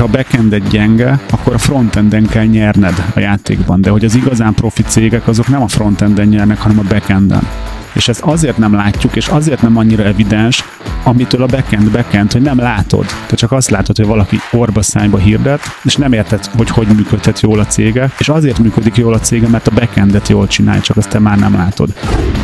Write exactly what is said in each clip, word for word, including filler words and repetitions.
hogyha a backended gyenge, akkor a frontenden kell nyerned a játékban, de hogy az igazán profi cégek azok nem a frontenden nyernek, hanem a backenden. És ezt azért nem látjuk, és azért nem annyira evidens, amitől a backend backend, hogy nem látod. Te csak azt látod, hogy valaki orba szájba hirdet, és nem érted, hogy hogy működhet jól a cége, és azért működik jól a cége, mert a backendet jól csinálja, csak azt te már nem látod.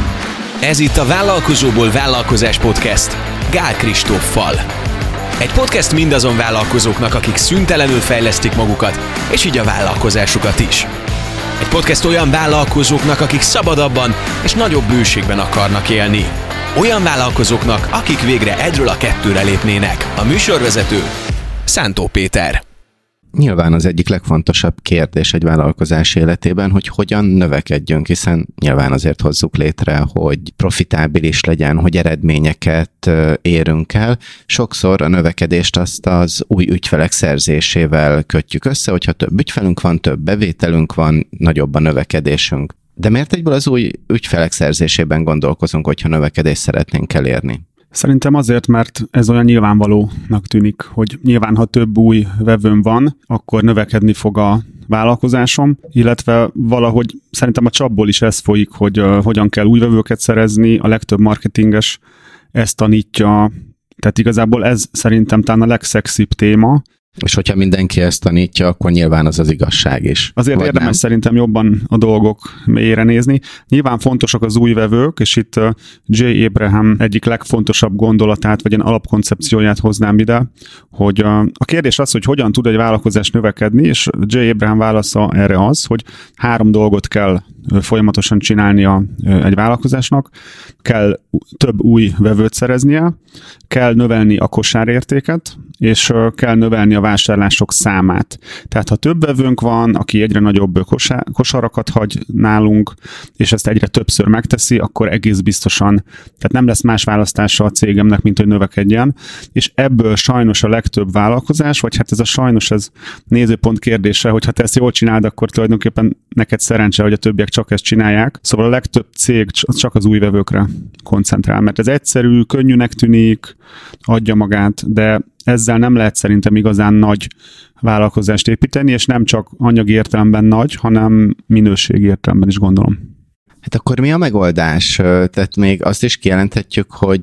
Ez itt a Vállalkozóból Vállalkozás Podcast Gál Kristóffal. Egy podcast mindazon vállalkozóknak, akik szüntelenül fejlesztik magukat, és így a vállalkozásukat is. Egy podcast olyan vállalkozóknak, akik szabadabban és nagyobb bőségben akarnak élni. Olyan vállalkozóknak, akik végre egyről a kettőre lépnének. A műsorvezető Szántó Péter. Nyilván az egyik legfontosabb kérdés egy vállalkozás életében, hogy hogyan növekedjünk, hiszen nyilván azért hozzuk létre, hogy profitábilis legyen, hogy eredményeket érünk el. Sokszor a növekedést azt az új ügyfelek szerzésével kötjük össze, hogyha több ügyfelünk van, több bevételünk van, nagyobb a növekedésünk. De miért egyből az új ügyfelek szerzésében gondolkozunk, hogyha növekedést szeretnénk elérni? Szerintem azért, mert ez olyan nyilvánvalónak tűnik, hogy nyilván, ha több új vevőm van, akkor növekedni fog a vállalkozásom, illetve valahogy szerintem a csapból is ez folyik, hogy uh, hogyan kell új vevőket szerezni, a legtöbb marketinges ezt tanítja, tehát igazából ez szerintem talán a legszexibb téma. És hogyha mindenki ezt tanítja, akkor nyilván az az igazság is. Azért érdemes nem? Szerintem jobban a dolgok mélyére nézni. Nyilván fontosak az új vevők, és itt Jay Abraham egyik legfontosabb gondolatát, vagy egy alapkoncepcióját hoznám ide, hogy a kérdés az, hogy hogyan tud egy vállalkozás növekedni, és Jay Abraham válasza erre az, hogy három dolgot kell folyamatosan csinálnia egy vállalkozásnak. Kell több új vevőt szereznie, kell növelni a kosárértéket, és kell növelni a vásárlások számát. Tehát ha több vevőnk van, aki egyre nagyobb kosá- kosarakat hagy nálunk, és ezt egyre többször megteszi, akkor egész biztosan, tehát nem lesz más választása a cégemnek, mint hogy növekedjen, és ebből sajnos a legtöbb vállalkozás, vagy hát ez a sajnos ez nézőpont kérdése, hogy ha te ezt jól csináld, akkor tulajdonképpen neked szerencse, hogy a többiek csak ezt csinálják. Szóval a legtöbb cég csak az új vevőkre koncentrál, mert ez egyszerű, könnyűnek tűnik, adja magát, de ezzel nem lehet szerintem igazán nagy vállalkozást építeni, és nem csak anyagi értelemben nagy, hanem minőségi értelemben is gondolom. Hát akkor mi a megoldás? Tehát még azt is kijelenthetjük, hogy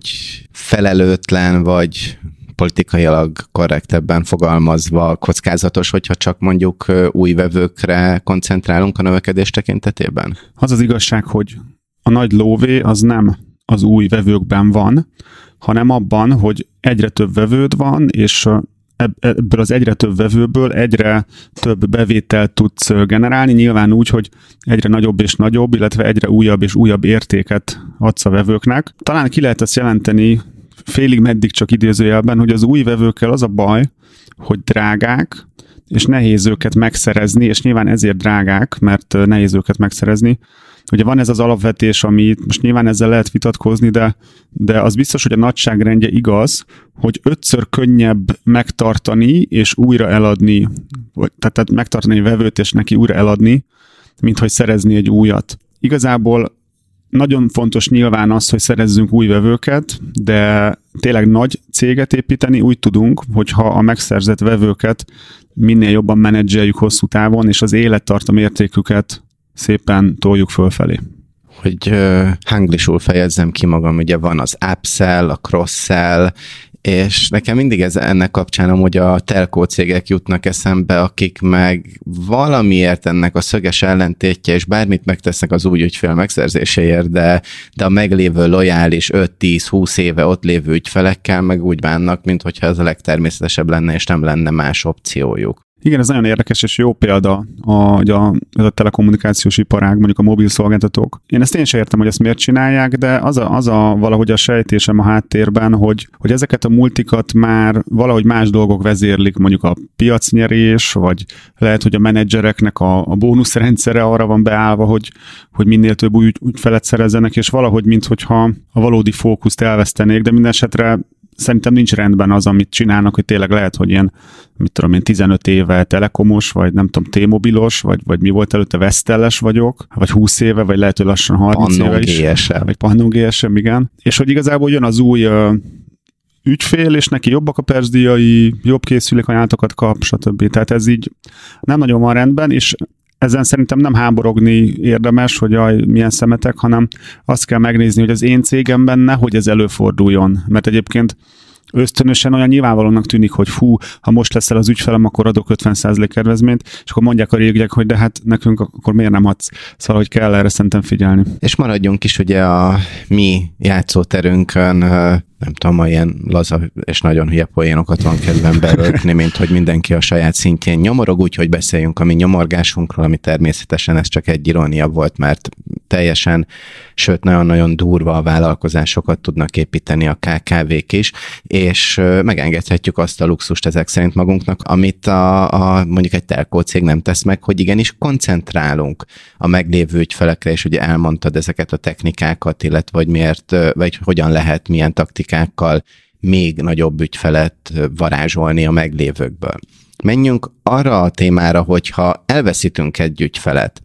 felelőtlen vagy politikailag korrektebben fogalmazva kockázatos, hogyha csak mondjuk új vevőkre koncentrálunk a növekedés tekintetében? Az az igazság, hogy a nagy lóvé az nem az új vevőkben van, hanem abban, hogy egyre több vevőd van, és ebből az egyre több vevőből egyre több bevételt tudsz generálni, nyilván úgy, hogy egyre nagyobb és nagyobb, illetve egyre újabb és újabb értéket adsz a vevőknek. Talán ki lehet ezt jelenteni félig meddig csak idézőjelben, hogy az új vevőkkel az a baj, hogy drágák, és nehéz őket megszerezni, és nyilván ezért drágák, mert nehéz őket megszerezni. Ugye van ez az alapvetés, ami most nyilván ezzel lehet vitatkozni, de, de az biztos, hogy a nagyságrendje igaz, hogy ötször könnyebb megtartani és újra eladni, vagy, tehát megtartani egy vevőt és neki újra eladni, mint hogy szerezni egy újat. Igazából nagyon fontos nyilván az, hogy szerezzünk új vevőket, de tényleg nagy céget építeni úgy tudunk, hogyha a megszerzett vevőket minél jobban menedzseljük hosszú távon, és az élettartam értéküket szépen toljuk fölfelé. Hogy uh, hanglisul fejezzem ki magam, ugye van az upsell, a cross-sell, és nekem mindig ez, ennek kapcsán amúgy a telkó cégek jutnak eszembe, akik meg valamiért ennek a szöges ellentétje, és bármit megtesznek az új ügyfél megszerzéséért, de, de a meglévő lojális öt-tíz-húsz éve ott lévő ügyfelekkel meg úgy bánnak, mint hogyha ez a legtermészetesebb lenne, és nem lenne más opciójuk. Igen, ez nagyon érdekes és jó példa a, a, ez a telekommunikációs iparág, mondjuk a mobil szolgáltatók. Én ezt én sem értem, hogy ezt miért csinálják, de az a, az a valahogy a sejtésem a háttérben, hogy, hogy ezeket a multikat már valahogy más dolgok vezérlik, mondjuk a piacnyerés, vagy lehet, hogy a menedzsereknek a, a bónuszrendszere arra van beállva, hogy, hogy minél több új ügyfelet szerezzenek, és valahogy, minthogyha a valódi fókuszt elvesztenék, de minden esetre szerintem nincs rendben az, amit csinálnak, hogy tényleg lehet, hogy ilyen, mit tudom én, tizenöt éve telekomos, vagy nem tudom, T-mobilos, vagy, vagy mi volt előtte, Vesztelles vagyok, vagy húsz éve, vagy lehet, hogy lassan harminc éve is. Pannó gé es em. Vagy Pannó gé es em, igen. És hogy igazából jön az új ügyfél, és neki jobbak a percdíjai, jobb készülékajánlatokat kap, stb. Tehát ez így nem nagyon van rendben, és ezen szerintem nem háborogni érdemes, hogy jaj, milyen szemetek, hanem azt kell megnézni, hogy az én cégemben nehogy ez előforduljon. Mert egyébként ösztönösen olyan nyilvánvalónak tűnik, hogy fú, ha most leszel az ügyfelem, akkor adok ötven százalék kedvezményt, és akkor mondják a régiek, hogy de hát nekünk akkor miért nem adsz? Szóval, hogy kell erre szerintem figyelni. És maradjunk is ugye a mi játszóterünkön, nem tudom, ilyen laza és nagyon hülye poénokat van kedvem beöltni, mint hogy mindenki a saját szintjén nyomorog, úgyhogy beszéljünk a mi nyomorgásunkról, ami természetesen ez csak egy irónia volt, mert teljesen, sőt nagyon-nagyon durva a vállalkozásokat tudnak építeni a ká ká vék is, és megengedhetjük azt a luxust ezek szerint magunknak, amit a, a mondjuk egy telkó cég nem tesz meg, hogy igenis koncentrálunk a meglévő ügyfelekre, és ugye elmondtad ezeket a technikákat, illetve hogy miért, vagy hogyan lehet, milyen taktikákkal még nagyobb ügyfelet varázsolni a meglévőkből. Menjünk arra a témára, hogyha elveszítünk egy ügyfelet.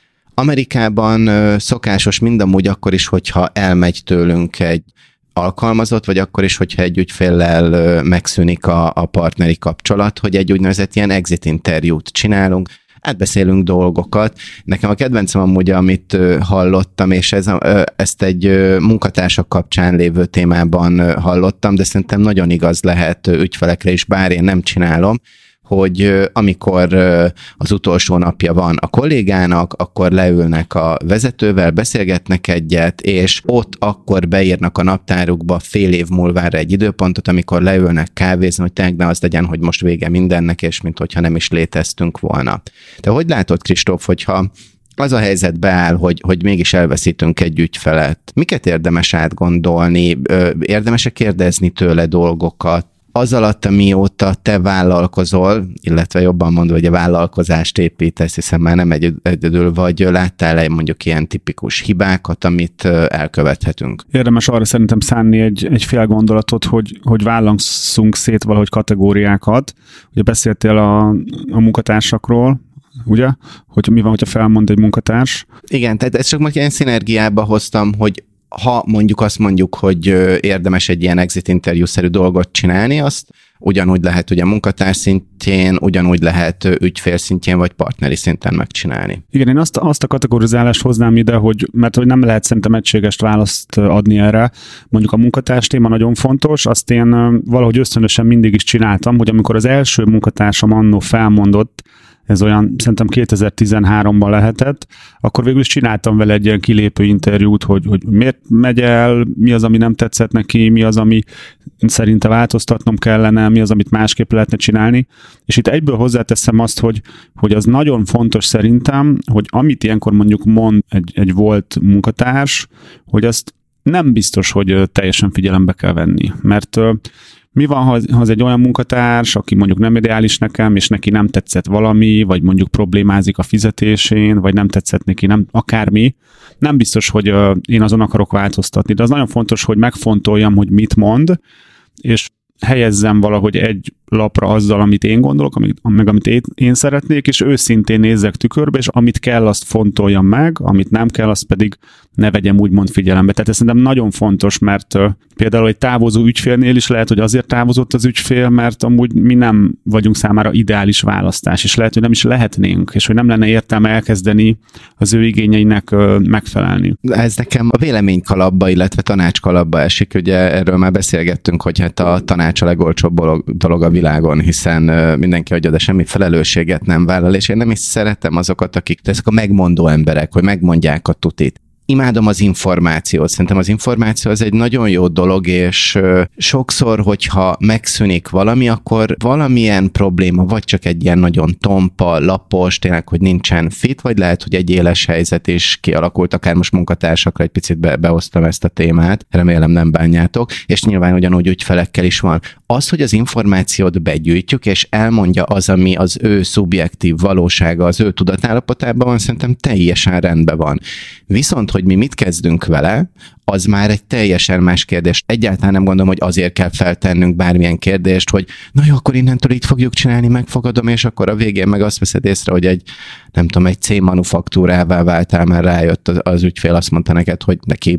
Amerikában szokásos mindamúgy akkor is, hogyha elmegy tőlünk egy alkalmazott, vagy akkor is, hogyha egy ügyféllel megszűnik a, a partneri kapcsolat, hogy egy úgynevezett ilyen exit interjút csinálunk, átbeszélünk dolgokat. Nekem a kedvencem amúgy, amit hallottam, és ez, ezt egy munkatársak kapcsán lévő témában hallottam, de szerintem nagyon igaz lehet ügyfelekre is, bár én nem csinálom, hogy amikor az utolsó napja van a kollégának, akkor leülnek a vezetővel, beszélgetnek egyet, és ott akkor beírnak a naptárukba fél év múlvára egy időpontot, amikor leülnek kávézni, hogy tényleg ne az legyen, hogy most vége mindennek, és mint hogyha nem is léteztünk volna. De hogy látod, Kristóf, hogyha az a helyzet beáll, hogy, hogy mégis elveszítünk egy ügyfelet, miket érdemes átgondolni, érdemes-e kérdezni tőle dolgokat, az alatt, amióta te vállalkozol, illetve jobban mondva, hogy a vállalkozást építesz, hiszen már nem egy, egyedül vagy, láttál-e mondjuk ilyen tipikus hibákat, amit elkövethetünk? Érdemes arra szerintem szánni egy, egy fél gondolatot, hogy, hogy válasszunk szét valahogy kategóriákat. Ugye beszéltél a, a munkatársakról, ugye? Hogy mi van, hogyha felmond egy munkatárs? Igen, tehát ezt csak most ilyen szinergiába hoztam, hogy ha mondjuk azt mondjuk, hogy érdemes egy ilyen exit interjú-szerű dolgot csinálni, azt ugyanúgy lehet ugye munkatárs szintjén, ugyanúgy lehet ügyfél szintjén, vagy partneri szinten megcsinálni. Igen, én azt, azt a kategorizálást hoznám ide, hogy, mert hogy nem lehet szerintem egységes választ adni erre. Mondjuk a munkatárs téma nagyon fontos, azt én valahogy ösztönösen mindig is csináltam, hogy amikor az első munkatársam annó felmondott, ez olyan szerintem kétezer-tizenháromban lehetett, akkor végül is csináltam vele egy ilyen kilépő interjút, hogy, hogy miért megy el, mi az, ami nem tetszett neki, mi az, ami szerinte változtatnom kellene, mi az, amit másképp lehetne csinálni. És itt egyből hozzáteszem azt, hogy, hogy az nagyon fontos szerintem, hogy amit ilyenkor mondjuk mond egy, egy volt munkatárs, hogy azt nem biztos, hogy teljesen figyelembe kell venni. Mert mi van, ha az egy olyan munkatárs, aki mondjuk nem ideális nekem, és neki nem tetszett valami, vagy mondjuk problémázik a fizetésén, vagy nem tetszett neki, nem akármi, nem biztos, hogy én azon akarok változtatni, de az nagyon fontos, hogy megfontoljam, hogy mit mond, és helyezzem valahogy egy lapra azzal, amit én gondolok, amit, meg amit én, én szeretnék, és őszintén nézzek tükörbe, és amit kell, azt fontoljam meg, amit nem kell, azt pedig ne vegyem úgymond figyelembe. Tehát ez szerintem nagyon fontos, mert uh, például egy távozó ügyfélnél is lehet, hogy azért távozott az ügyfél, mert amúgy mi nem vagyunk számára ideális választás, és lehet, hogy nem is lehetnénk, és hogy nem lenne értelme elkezdeni az ő igényeinek uh, megfelelni. Ez nekem a véleménykalapba, illetve tanácskalapba esik, ugye erről már beszélgettünk, hogy hát a tanács a legolcsóbb dolog a világon, hiszen uh, mindenki adja, de semmi felelősséget nem vállal, és én nem is szeretem azokat, akik ezek a megmondó emberek, hogy megmondják a tutit. Imádom az információt. Szerintem az információ az egy nagyon jó dolog, és sokszor, hogyha megszűnik valami, akkor valamilyen probléma, vagy csak egy ilyen nagyon tompa, lapos, tényleg, hogy nincsen fit, vagy lehet, hogy egy éles helyzet is kialakult, akár most munkatársakra egy picit be, behoztam ezt a témát, remélem nem bánjátok, és nyilván ugyanúgy ügyfelekkel is van. Az, hogy az információt begyűjtjük, és elmondja az, ami az ő szubjektív valósága, az ő tudatállapotában van, szerintem teljesen rendben van. Viszont hogy mi mit kezdünk vele, az már egy teljesen más kérdés. Egyáltalán nem gondolom, hogy azért kell feltennünk bármilyen kérdést, hogy na jó, akkor innentől így fogjuk csinálni, megfogadom, és akkor a végén meg azt veszed észre, hogy egy, nem tudom, egy C-manufaktúrává váltál, már rájött az, az ügyfél, azt mondta neked, hogy neki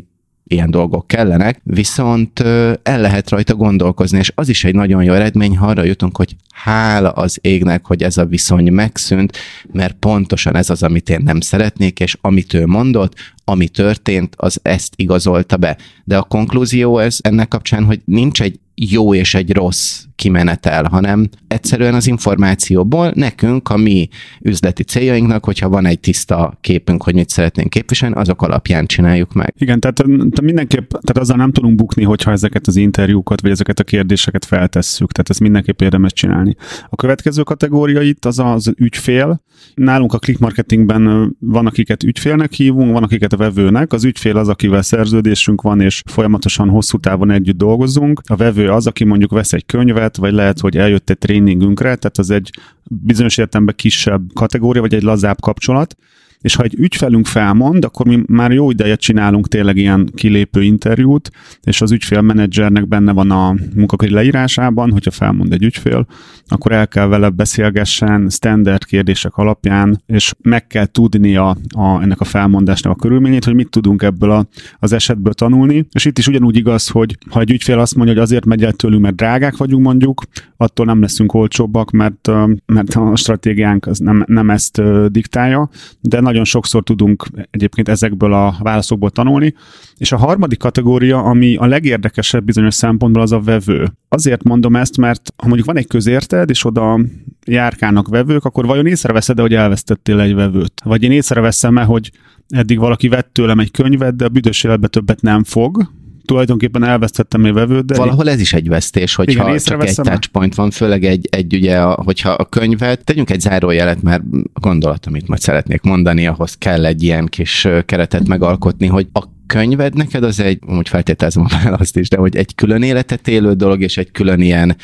ilyen dolgok kellenek, viszont el lehet rajta gondolkozni, és az is egy nagyon jó eredmény, ha arra jutunk, hogy hála az égnek, hogy ez a viszony megszűnt, mert pontosan ez az, amit én nem szeretnék, és amit ő mondott, ami történt, az ezt igazolta be. De a konklúzió ez ennek kapcsán, hogy nincs egy jó és egy rossz kimenetel, hanem egyszerűen az információból nekünk, a mi üzleti céljainknak, hogyha van egy tiszta képünk, hogy mit szeretnénk képviselni, azok alapján csináljuk meg. Igen, tehát mindenképp, tehát azzal nem tudunk bukni, hogyha ezeket az interjúkat, vagy ezeket a kérdéseket feltesszük, tehát ezt mindenképp érdemes csinálni. A következő kategória itt az az ügyfél. Nálunk a click marketingben van, akiket ügyfélnek hívunk, van, akiket a vevőnek. Az ügyfél az, akivel szerződésünk van, és folyamatosan hosszú távon együtt dolgozunk. A vevő az, aki mondjuk vesz egy könyvet, vagy lehet, hogy eljött egy tréningünkre, tehát az egy bizonyos értelemben kisebb kategória, vagy egy lazább kapcsolat. És ha egy ügyfelünk felmond, akkor mi már jó ideje csinálunk tényleg ilyen kilépő interjút, és az ügyfélmenedzsernek benne van a munkaköri leírásában, hogyha felmond egy ügyfél, akkor el kell vele beszélgessen standard kérdések alapján, és meg kell tudnia a, ennek a felmondásnak a körülményét, hogy mit tudunk ebből a, az esetből tanulni. És itt is ugyanúgy igaz, hogy ha egy ügyfél azt mondja, hogy azért megy el tőlünk, mert drágák vagyunk mondjuk, attól nem leszünk olcsóbbak, mert, mert a stratégiánk az nem, nem ezt diktálja, de nagyon sokszor tudunk egyébként ezekből a válaszokból tanulni. És a harmadik kategória, ami a legérdekesebb bizonyos szempontból, az a vevő. Azért mondom ezt, mert ha mondjuk van egy közérted, és oda járkálnak vevők, akkor vajon észreveszed-e, hogy elvesztettél egy vevőt? Vagy én észreveszem-e, hogy eddig valaki vett tőlem egy könyvet, de a büdös életben többet nem fog, tulajdonképpen elvesztettem egy vevőt, de... Valahol ez is egy vesztés, hogyha igen, csak egy touchpoint van, főleg egy, egy ugye, a, hogyha a könyvet, tegyünk egy zárójelet, mert gondolat, amit majd szeretnék mondani, ahhoz kell egy ilyen kis keretet megalkotni, hogy a könyved neked az egy, úgy feltételezem a választ is, de hogy egy külön életet élő dolog, és egy külön ilyen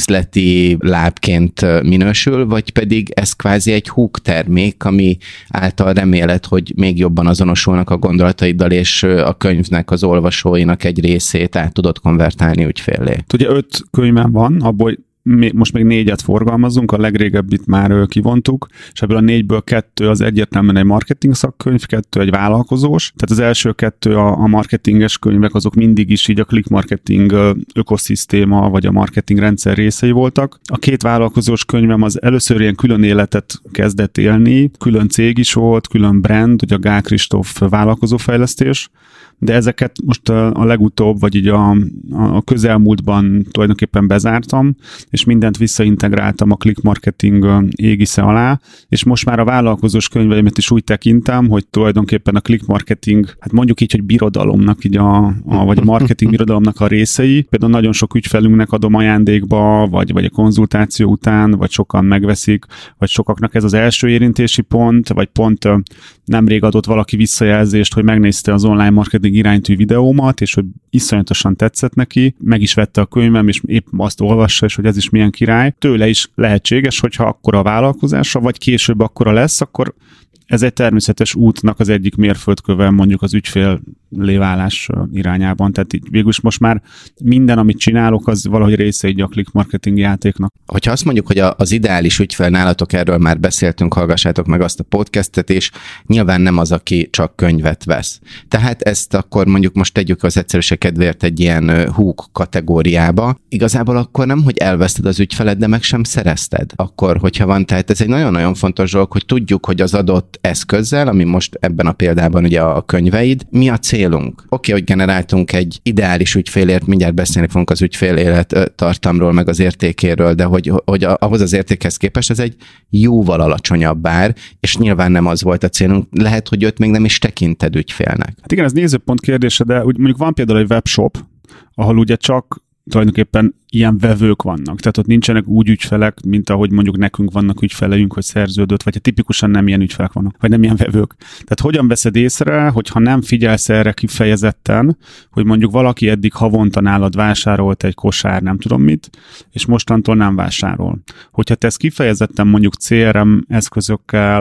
üzleti lábként minősül, vagy pedig ez kvázi egy húk termék, ami által reméled, hogy még jobban azonosulnak a gondolataiddal, és a könyvnek, az olvasóinak egy részét át tudod konvertálni ügyféllé. Ugye öt könyvem van, abból most még négyet forgalmazunk, a legrégebbit már kivontuk, és ebből a négyből kettő az egyértelműen egy marketing szakkönyv, kettő egy vállalkozós. Tehát az első kettő a, a marketinges könyvek, azok mindig is így a click marketing ökoszisztéma, vagy a marketing rendszer részei voltak. A két vállalkozós könyvem az először ilyen külön életet kezdett élni, külön cég is volt, külön brand, ugye a Gál Kristóf vállalkozófejlesztés, de ezeket most a legutóbb, vagy így a, a közelmúltban tulajdonképpen bezártam, és mindent visszaintegráltam a click marketing égisze alá, és most már a vállalkozós könyveimet is úgy tekintem, hogy tulajdonképpen a click marketing, hát mondjuk így, hogy birodalomnak, így a, a, vagy a marketing birodalomnak a részei. Például nagyon sok ügyfelünknek adom ajándékba, vagy, vagy a konzultáció után, vagy sokan megveszik, vagy sokaknak ez az első érintési pont, vagy pont nemrég adott valaki visszajelzést, hogy megnézte az online marketing iránytű videómat, és hogy iszonyatosan tetszett neki, meg is vette a könyvem, és épp azt olvassa, és hogy ez is milyen király. Tőle is lehetséges, hogyha akkora vállalkozása, vagy később akkora lesz, akkor ez egy természetes útnak az egyik mérföldköve mondjuk az ügyfél léválás irányában. Tehát így végülis most már minden, amit csinálok, az valahogy része egy a click marketing játéknak. Hogyha azt mondjuk, hogy az ideális ügyfél nálatok, erről már beszéltünk, hallgassátok meg azt a podcastet, és nyilván nem az, aki csak könyvet vesz. Tehát ezt akkor mondjuk most tegyük az egyszerűség kedvéért egy ilyen húk kategóriába. Igazából akkor nem, hogy elveszted az ügyfeled, de meg sem szerezted. Akkor, hogyha van, tehát ez egy nagyon-nagyon fontos dolog, hogy tudjuk, hogy az adott eszközzel, ami most ebben a példában ugye a könyveid, mi a célunk? Oké, okay, hogy generáltunk egy ideális ügyfélért, mindjárt beszélni fogunk az ügyfél élet tartamról, meg az értékéről, de hogy, hogy ahhoz az értékhez képest ez egy jóval alacsonyabb ár, és nyilván nem az volt a célunk. Lehet, hogy őt még nem is tekinted ügyfélnek. Hát igen, ez nézőpont kérdése, de úgy mondjuk van például egy webshop, ahol ugye csak tulajdonképpen ilyen vevők vannak. Tehát ott nincsenek úgy ügyfelek, mint ahogy mondjuk nekünk vannak ügyfeleink, hogy szerződött, vagy tipikusan nem ilyen ügyfelek vannak, vagy nem ilyen vevők. Tehát hogyan veszed észre, hogyha nem figyelsz erre kifejezetten, hogy mondjuk valaki eddig havonta nálad vásárolt egy kosár, nem tudom mit, és mostantól nem vásárol. Hogyha te ezt kifejezetten mondjuk cé er em eszközökkel,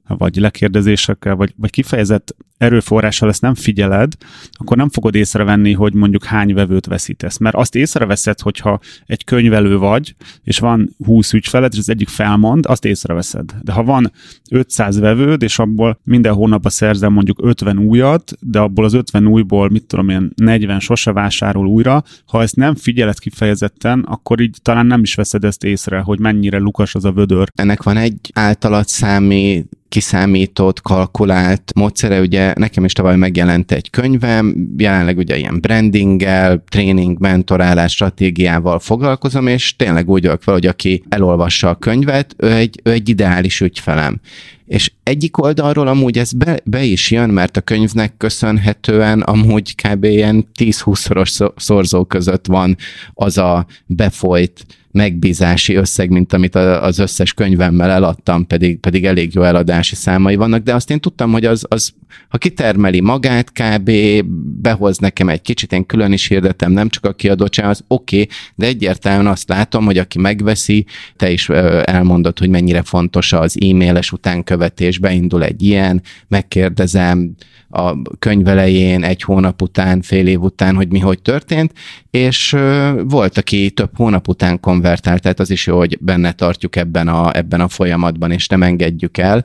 vagy lekérdezésekkel, vagy, vagy kifejezett erőforrással ezt nem figyeled, akkor nem fogod észrevenni, hogy mondjuk hány vevőt veszítesz. Mert azt észreveszed, hogyha egy könyvelő vagy, és van húsz ügyfeled, és az egyik felmond, azt észreveszed. De ha van ötszáz vevőd, és abból minden hónapban szerzel mondjuk ötven újat, de abból az ötven újból, mit tudom én, negyven sose vásárol újra, ha ezt nem figyeled kifejezetten, akkor így talán nem is veszed ezt észre, hogy mennyire lukas az a vödör. Ennek van egy általad számi kiszámított, kalkulált módszere, ugye nekem is tavaly megjelent egy könyvem, jelenleg ugye ilyen brandinggel, tréning, mentorálás, stratégiával foglalkozom, és tényleg úgy vagyok fel, hogy aki elolvassa a könyvet, ő egy, ő egy ideális ügyfelem. És egyik oldalról amúgy ez be, be is jön, mert a könyvnek köszönhetően amúgy kb. Ilyen tíz-húszszoros szorzó között van az a befolyt megbízási összeg, mint amit az összes könyvemmel eladtam, pedig, pedig elég jó eladási számai vannak, de azt én tudtam, hogy az, az ha kitermeli magát kb, behoz nekem egy kicsit, én külön is hirdetem, nem csak a kiadottság, az oké, okay, de egyértelműen azt látom, hogy aki megveszi, te is elmondod, hogy mennyire fontos az e-mailes utánkövetés, beindul egy ilyen, megkérdezem a könyv elején, egy hónap után, fél év után, hogy mi hogy történt, és volt, aki több hónap után konvertált, tehát az is jó, hogy benne tartjuk ebben a, ebben a folyamatban, és nem engedjük el,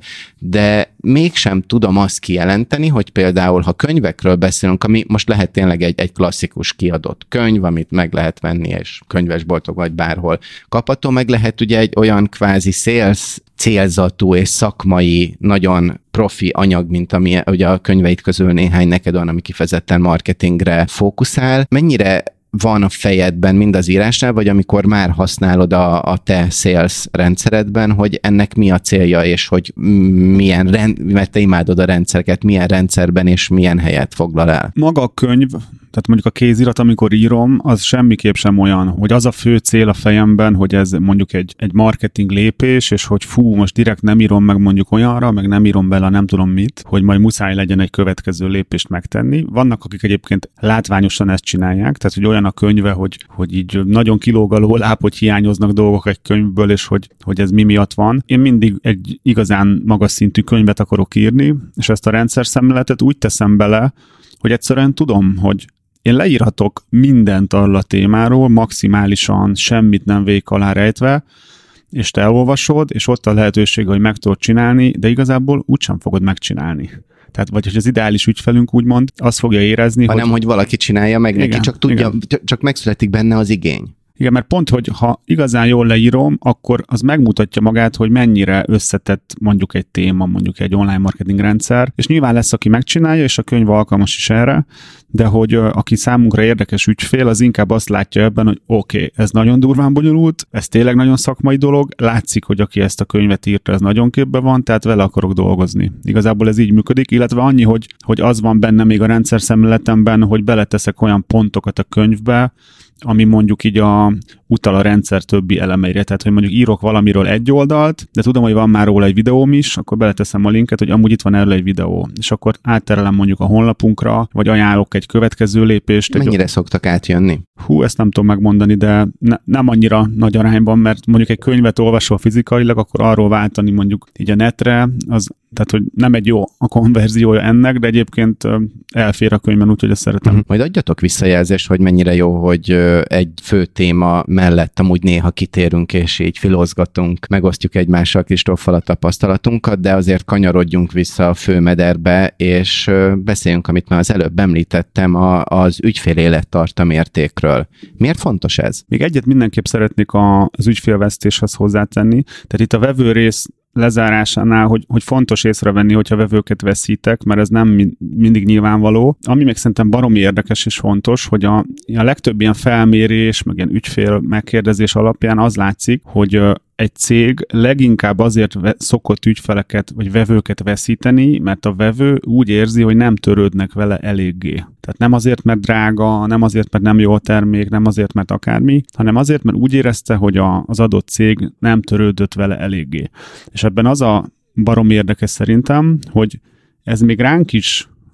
de mégsem tudom azt kijelenteni, hogy például, ha könyvekről beszélünk, ami most lehet tényleg egy, egy klasszikus kiadott könyv, amit meg lehet venni, és könyvesboltok vagy bárhol kapható, meg lehet ugye egy olyan kvázi sales célzatú és szakmai, nagyon profi anyag, mint ami ugye a könyveid közül néhány neked van, ami kifejezetten marketingre fókuszál. Mennyire van a fejedben mind az írásnál, vagy amikor már használod a, a te sales rendszeredben, hogy ennek mi a célja, és hogy milyen, rend, mert te imádod a rendszereket, milyen rendszerben és milyen helyet foglal el? Maga a könyv, tehát mondjuk a kézirat, amikor írom, az semmiképp sem olyan, hogy az a fő cél a fejemben, hogy ez mondjuk egy, egy marketing lépés, és hogy fú, most direkt nem írom meg mondjuk olyanra, meg nem írom bele nem tudom mit, hogy majd muszáj legyen egy következő lépést megtenni. Vannak, akik egyébként látványosan ezt csinálják, tehát hogy olyan a könyve, hogy, hogy így nagyon kilóg a lóláb, hogy hiányoznak dolgok egy könyvből, és hogy, hogy ez mi miatt van. Én mindig egy igazán magas szintű könyvet akarok írni, és ezt a rendszer szemléletet úgy teszem bele, hogy egyszerűen tudom, hogy én leírhatok mindent arról a témáról, maximálisan semmit nem vék alá rejtve, és te elolvasod, és ott a lehetőség, hogy meg tudod csinálni, de igazából úgysem fogod megcsinálni. Tehát, vagy hogy az ideális ügyfelünk úgymond azt fogja érezni, hanem, hogy... hogy valaki csinálja meg igen, neki, csak tudja, igen. csak megszületik benne az igény. Igen, mert pont, hogy ha igazán jól leírom, akkor az megmutatja magát, hogy mennyire összetett mondjuk egy téma, mondjuk egy online marketing rendszer, és nyilván lesz, aki megcsinálja, és a könyv alkalmas is erre, de hogy aki számunkra érdekes ügyfél, az inkább azt látja ebben, hogy oké, okay, ez nagyon durván bonyolult, ez tényleg nagyon szakmai dolog, látszik, hogy aki ezt a könyvet írta, ez nagyon képbe van, tehát vele akarok dolgozni. Igazából ez így működik, illetve annyi, hogy, hogy az van benne még a rendszer szemléletemben, hogy beleteszek olyan pontokat a könyvbe, ami mondjuk így a, utal a rendszer többi elemeire. Tehát, hogy mondjuk írok valamiről egy oldalt, de tudom, hogy van már róla egy videóm is, akkor beleteszem a linket, hogy amúgy itt van erről egy videó. És akkor átterelem mondjuk a honlapunkra, vagy ajánlok egy következő lépést. Mennyire egy... szoktak átjönni? Hú, ezt nem tudom megmondani, de ne, nem annyira nagy arányban, mert mondjuk egy könyvet olvasol fizikailag, akkor arról váltani mondjuk így a netre, az tehát, hogy nem egy jó a konverziója ennek, de egyébként elfér a könyvben, úgyhogy ezt szeretem. Majd adjatok visszajelzést, hogy mennyire jó, hogy egy fő téma mellett amúgy néha kitérünk, és így filózgatunk, megosztjuk egymással Kristóffal a tapasztalatunkat, de azért kanyarodjunk vissza a fő mederbe, és beszéljünk, amit már az előbb említettem, az ügyfél élettartam értékről. Miért fontos ez? Még egyet mindenképp szeretnék az ügyfélvesztéshez hozzátenni. Tehát itt a vevő rész lezárásánál, hogy, hogy fontos észrevenni, hogyha vevőket veszítek, mert ez nem mindig nyilvánvaló. Ami még szerintem baromi érdekes és fontos, hogy a, a legtöbb ilyen felmérés, meg ilyen ügyfél megkérdezés alapján az látszik, hogy egy cég leginkább azért szokott ügyfeleket vagy vevőket veszíteni, mert a vevő úgy érzi, hogy nem törődnek vele eléggé. Tehát nem azért, mert drága, nem azért, mert nem jó a termék, nem azért, mert akármi, hanem azért, mert úgy érezte, hogy a, az adott cég nem törődött vele eléggé. És ebben az a barom érdekes szerintem, hogy ez még ránk is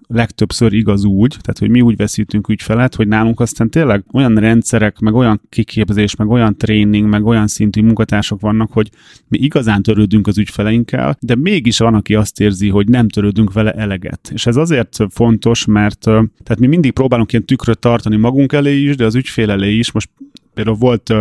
legtöbbször igaz úgy, tehát hogy mi úgy veszítünk ügyfelet, hogy nálunk aztán tényleg olyan rendszerek, meg olyan kiképzés, meg olyan tréning, meg olyan szintű munkatársak vannak, hogy mi igazán törődünk az ügyfeleinkkel, de mégis van, aki azt érzi, hogy nem törődünk vele eleget. És ez azért fontos, mert tehát mi mindig próbálunk ilyen tükröt tartani magunk elé is, de az ügyfél elé is. Most például volt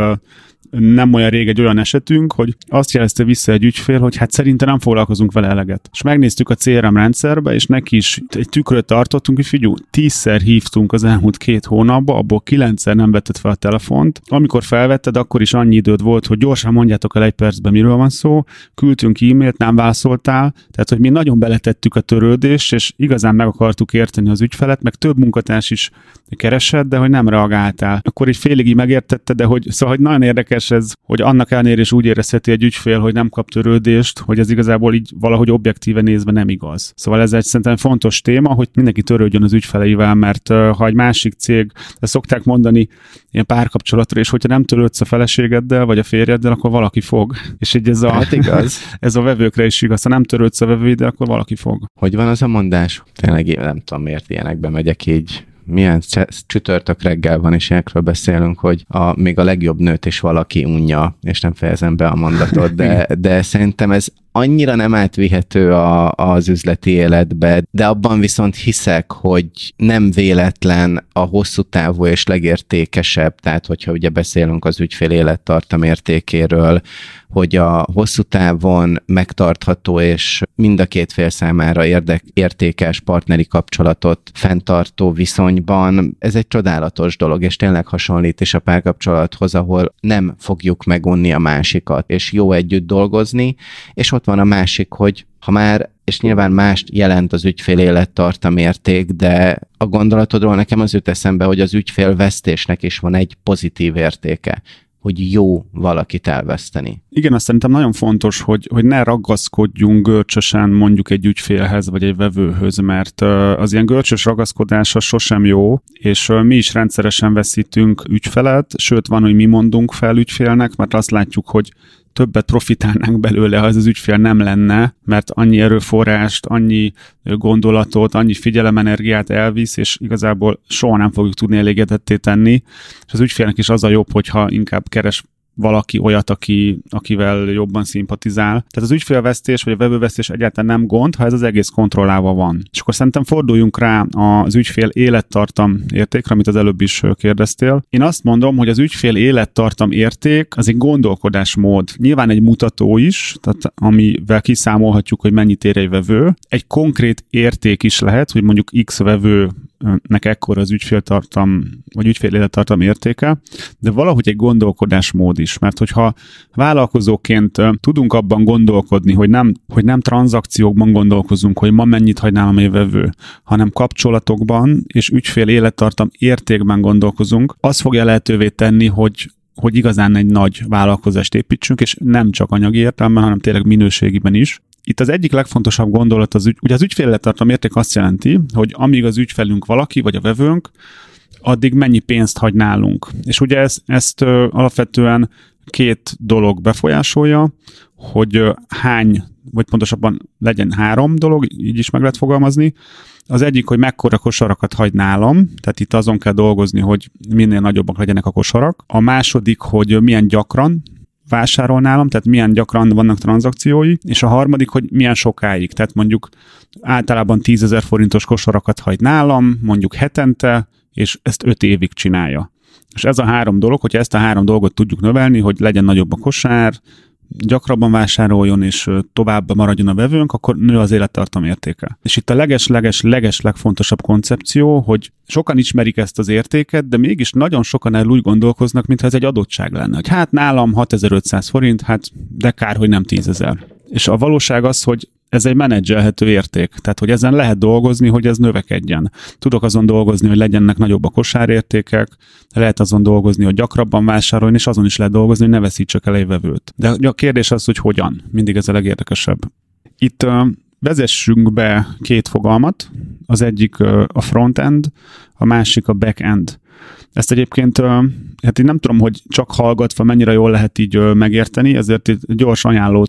nem olyan rég egy olyan esetünk, hogy azt jelezte vissza egy ügyfél, hogy hát szerintem nem foglalkozunk vele eleget. És megnéztük a cé er em rendszerbe, és neki is egy tükröt tartottunk, hogy figyelj, tízszer hívtunk az elmúlt két hónapban, abból kilencszer nem vetted fel a telefont. Amikor felvetted, akkor is annyi időd volt, hogy gyorsan mondjátok el egy percben, miről van szó, küldtünk e-mailt, nem válaszoltál, tehát hogy mi nagyon beletettük a törődést, és igazán meg akartuk érteni az ügyfelet, meg több munkatárs is keresett, de hogy nem reagáltál. Akkor egy félig így megértette, de hogy szóval hogy nagyon érdekes ez, hogy annak ellenére is úgy érezheti egy ügyfél, hogy nem kap törődést, hogy ez igazából így valahogy objektíven nézve nem igaz. Szóval ez egy szerintem fontos téma, hogy mindenki törődjön az ügyfeleivel, mert uh, ha egy másik cég, ezt szokták mondani ilyen párkapcsolatra, és hogyha nem törődsz a feleségeddel, vagy a férjeddel, akkor valaki fog. És így ez a, hát igaz. ez a vevőkre is igaz. Ha nem törődsz a vevőiddel, akkor valaki fog. Hogy van az a mondás? Tényleg nem tudom, miért ilyenekbe megyek így. Milyen csütörtök reggel van, és ilyenekről beszélünk, hogy a, még a legjobb nőt is valaki unja, és nem fejezem be a mondatot, de, de szerintem ez annyira nem átvihető a, az üzleti életbe, de abban viszont hiszek, hogy nem véletlen a hosszú távú és legértékesebb, tehát hogyha ugye beszélünk az ügyfél élettartam értékéről, hogy a hosszú távon megtartható és mind a két fél számára érdek, értékes partneri kapcsolatot fenntartó viszonyban, ez egy csodálatos dolog, és tényleg hasonlít is a párkapcsolathoz, ahol nem fogjuk megunni a másikat, és jó együtt dolgozni, és ott van a másik, hogy ha már, és nyilván mást jelent az ügyfél élettartam érték, de a gondolatodról nekem az jut eszembe, hogy az ügyfélvesztésnek is van egy pozitív értéke, hogy jó valakit elveszteni. Igen, azt szerintem nagyon fontos, hogy, hogy ne ragaszkodjunk görcsösen mondjuk egy ügyfélhez, vagy egy vevőhöz, mert az ilyen görcsös ragaszkodás az sosem jó, és mi is rendszeresen veszítünk ügyfelet, sőt van, hogy mi mondunk fel ügyfélnek, mert azt látjuk, hogy többet profitálnánk belőle, ha ez az ügyfél nem lenne, mert annyi erőforrást, annyi gondolatot, annyi figyelemenergiát elvisz, és igazából soha nem fogjuk tudni elégedetté tenni. És az ügyfélnek is az a jobb, hogyha inkább keres valaki olyat, aki, akivel jobban szimpatizál. Tehát az ügyfélvesztés vagy a vevővesztés egyáltalán nem gond, ha ez az egész kontrollálva van. És akkor szerintem forduljunk rá az ügyfél élettartam értékre, amit az előbb is kérdeztél. Én azt mondom, hogy az ügyfél élettartam érték az egy gondolkodásmód. Nyilván egy mutató is, tehát amivel kiszámolhatjuk, hogy mennyit ér egy vevő. Egy konkrét érték is lehet, hogy mondjuk X vevő nek ekkor az ügyféltartam, vagy ügyfél élettartam értéke, de valahogy egy gondolkodásmód is, mert hogyha vállalkozóként tudunk abban gondolkodni, hogy nem, hogy nem tranzakciókban gondolkozunk, hogy ma mennyit hagy nálam egy vevő, hanem kapcsolatokban és ügyfél élettartam értékben gondolkozunk, az fogja lehetővé tenni, hogy hogy igazán egy nagy vállalkozást építsünk, és nem csak anyagi értelemben, hanem tényleg minőségiben is. Itt az egyik legfontosabb gondolat, az ügy, ugye az ügyfél élettartam érték azt jelenti, hogy amíg az ügyfelünk valaki, vagy a vevőnk, addig mennyi pénzt hagy nálunk. És ugye ezt, ezt ö, alapvetően két dolog befolyásolja, hogy ö, hány, vagy pontosabban legyen három dolog, így is meg lehet fogalmazni. Az egyik, hogy mekkora kosarakat hagy nálam, tehát itt azon kell dolgozni, hogy minél nagyobbak legyenek a kosarak. A második, hogy milyen gyakran vásárol nálam, tehát milyen gyakran vannak tranzakciói, és a harmadik, hogy milyen sokáig, tehát mondjuk általában tízezer forintos kosarakat hagy nálam, mondjuk hetente, és ezt öt évig csinálja. És ez a három dolog, hogyha ezt a három dolgot tudjuk növelni, hogy legyen nagyobb a kosár, gyakrabban vásároljon, és tovább maradjon a vevőnk, akkor nő az élettartam értéke. És itt a leges-leges-leges legfontosabb koncepció, hogy sokan ismerik ezt az értéket, de mégis nagyon sokan el úgy gondolkoznak, mintha ez egy adottság lenne. Hogy hát nálam hatezer-ötszáz forint, hát de kár, hogy nem tízezer. És a valóság az, hogy ez egy menedzselhető érték, tehát hogy ezen lehet dolgozni, hogy ez növekedjen. Tudok azon dolgozni, hogy legyenek nagyobb a kosárértékek, lehet azon dolgozni, hogy gyakrabban vásárolni, és azon is lehet dolgozni, hogy ne veszítsek el egy vevőt. De a kérdés az, hogy hogyan. Mindig ez a legérdekesebb. Itt uh, vezessünk be két fogalmat. Az egyik uh, a front-end, a másik a back-end. Ezt egyébként, uh, hát én nem tudom, hogy csak hallgatva mennyire jól lehet így uh, megérteni, ezért itt gyors ajánlót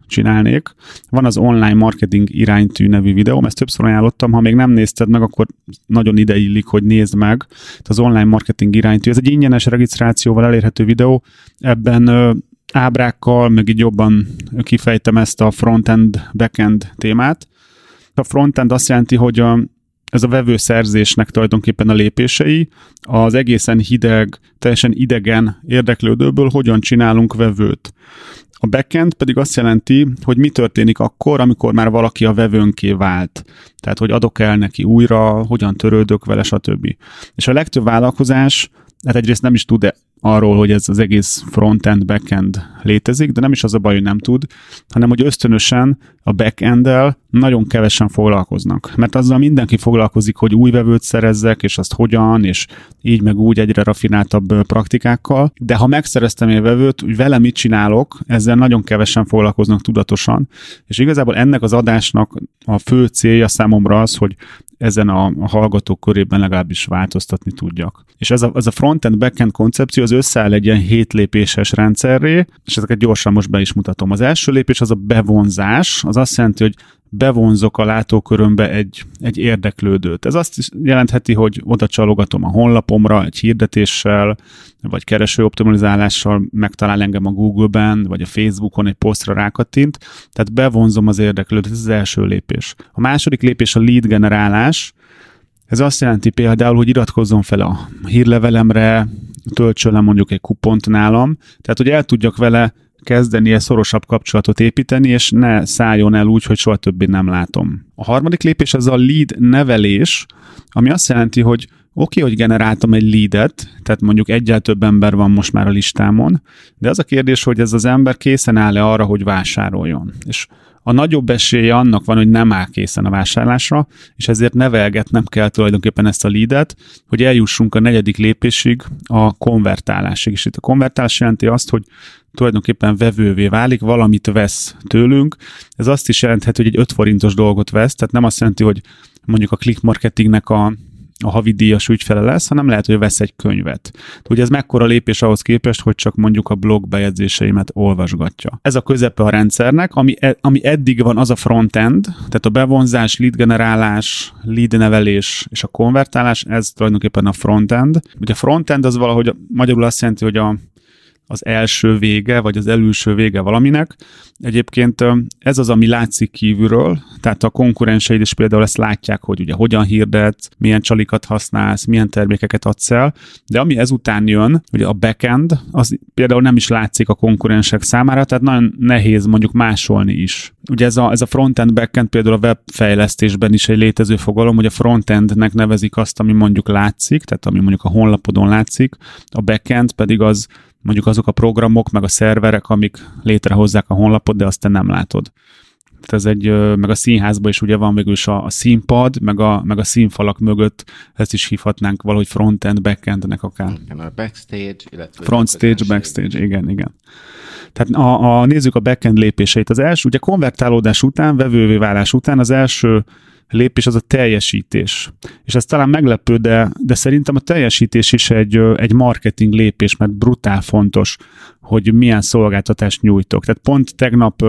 csinálnék. Van az online marketing iránytű nevű videóm, ezt többször ajánlottam, ha még nem nézted meg, akkor nagyon ide illik, hogy nézd meg. Az online marketing iránytű, ez egy ingyenes regisztrációval elérhető videó, ebben ö, ábrákkal, meg így jobban kifejtem ezt a front-end, back-end témát. A front-end azt jelenti, hogy a ez a vevőszerzésnek tulajdonképpen a lépései, az egészen hideg, teljesen idegen érdeklődőből hogyan csinálunk vevőt. A backend pedig azt jelenti, hogy mi történik akkor, amikor már valaki a vevőnké vált. Tehát, hogy adok el neki újra, hogyan törődök vele, stb. És a legtöbb vállalkozás, hát egyrészt nem is tud arról, hogy ez az egész front-end, back-end létezik, de nem is az a baj, hogy nem tud, hanem hogy ösztönösen a back-enddel nagyon kevesen foglalkoznak. Mert azzal mindenki foglalkozik, hogy új vevőt szerezzek, és azt hogyan, és így meg úgy egyre rafináltabb praktikákkal. De ha megszereztem egy vevőt, hogy vele mit csinálok, ezzel nagyon kevesen foglalkoznak tudatosan. És igazából ennek az adásnak a fő célja számomra az, hogy ezen a, a hallgatók körében legalábbis változtatni tudjak. És ez a, ez a front-end, back-end koncepció az összeáll egy ilyen hét lépéses rendszerré, és ezeket gyorsan most be is mutatom. Az első lépés az a bevonzás, az azt jelenti, hogy bevonzok a látókörömbe egy, egy érdeklődőt. Ez azt is jelentheti, hogy oda csalogatom a honlapomra egy hirdetéssel, vagy keresőoptimalizálással megtalál engem a Google-ben, vagy a Facebookon egy posztra rákattint, tehát bevonzom az érdeklődőt, ez az első lépés. A második lépés a lead generálás. Ez azt jelenti például, hogy iratkozzon fel a hírlevelemre, töltsön le mondjuk egy kupont nálam, tehát hogy el tudjak vele kezdeni egy szorosabb kapcsolatot építeni, és ne szálljon el úgy, hogy soha többé nem látom. A harmadik lépés az a lead nevelés, ami azt jelenti, hogy oké, okay, hogy generáltam egy leadet, tehát mondjuk egyel több ember van most már a listámon, de az a kérdés, hogy ez az ember készen áll-e arra, hogy vásároljon. És a nagyobb esélye annak van, hogy nem áll készen a vásárlásra, és ezért nevelgetnem kell tulajdonképpen ezt a leadet, hogy eljussunk a negyedik lépésig, a konvertálásig. És itt a konvertálás jelenti azt, hogy tulajdonképpen vevővé válik, valamit vesz tőlünk. Ez azt is jelentheti, hogy egy öt forintos dolgot vesz, tehát nem azt jelenti, hogy mondjuk a click marketingnek a a havidíjas ügyfele lesz, hanem lehet, hogy vesz egy könyvet. Ugye ez mekkora lépés ahhoz képest, hogy csak mondjuk a blog bejegyzéseimet olvasgatja. Ez a közepe a rendszernek, ami, ami eddig van, az a frontend, tehát a bevonzás, lead generálás, lead nevelés és a konvertálás, ez tulajdonképpen a frontend. Ugye a frontend az valahogy magyarul azt jelenti, hogy a az első vége, vagy az előső vége valaminek. Egyébként ez az, ami látszik kívülről, tehát a konkurenseid is például ezt látják, hogy ugye hogyan hirdetsz, milyen csalikat használsz, milyen termékeket adsz el, de ami ezután jön, ugye a backend, az például nem is látszik a konkurensek számára, tehát nagyon nehéz mondjuk másolni is. Ugye ez a, ez a frontend, backend például a webfejlesztésben is egy létező fogalom, hogy a frontendnek nevezik azt, ami mondjuk látszik, tehát ami mondjuk a honlapodon látszik, a backend pedig az mondjuk azok a programok, meg a szerverek, amik létrehozzák a honlapot, de azt te nem látod. Tehát ez egy, meg a színházban is ugye van végül is a, a színpad, meg a, meg a színfalak mögött, ezt is hívhatnánk valahogy frontend, backendnek akár. A backstage, illetve... Frontstage, backstage, igen, igen. Tehát a, a, nézzük a backend lépéseit. Az első, ugye konvertálódás után, vevővé válás után az első lépés az a teljesítés. És ez talán meglepő, de, de szerintem a teljesítés is egy, egy marketing lépés, mert brutál fontos, hogy milyen szolgáltatást nyújtok. Tehát pont tegnap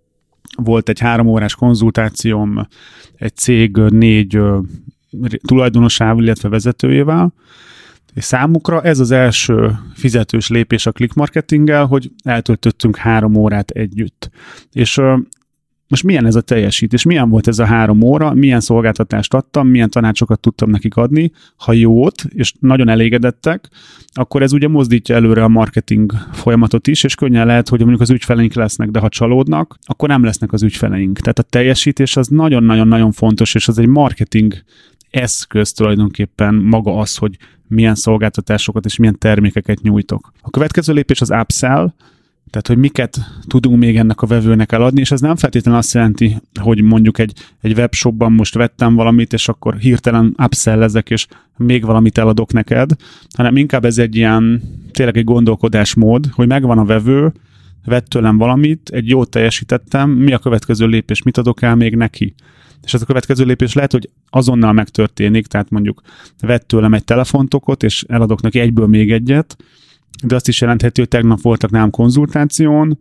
volt egy három órás konzultációm egy cég négy tulajdonosával, illetve vezetőjével, és számukra ez az első fizetős lépés a click marketinggel, hogy eltöltöttünk három órát együtt. És most milyen ez a teljesítés? Milyen volt ez a három óra? Milyen szolgáltatást adtam? Milyen tanácsokat tudtam nekik adni? Ha jót, és nagyon elégedettek, akkor ez ugye mozdítja előre a marketing folyamatot is, és könnyen lehet, hogy mondjuk az ügyfeleink lesznek, de ha csalódnak, akkor nem lesznek az ügyfeleink. Tehát a teljesítés az nagyon-nagyon-nagyon fontos, és az egy marketing eszköz tulajdonképpen maga az, hogy milyen szolgáltatásokat és milyen termékeket nyújtok. A következő lépés az upsell, tehát, hogy miket tudunk még ennek a vevőnek eladni, és ez nem feltétlenül azt jelenti, hogy mondjuk egy, egy webshopban most vettem valamit, és akkor hirtelen upsellezek, és még valamit eladok neked, hanem inkább ez egy ilyen, tényleg egy gondolkodásmód, hogy megvan a vevő, vett tőlem valamit, egy jót teljesítettem, mi a következő lépés, mit adok el még neki? És ez a következő lépés lehet, hogy azonnal megtörténik, tehát mondjuk vett tőlem egy telefontokot, és eladok neki egyből még egyet, de azt is jelentheti, hogy tegnap voltak nálam konzultáción,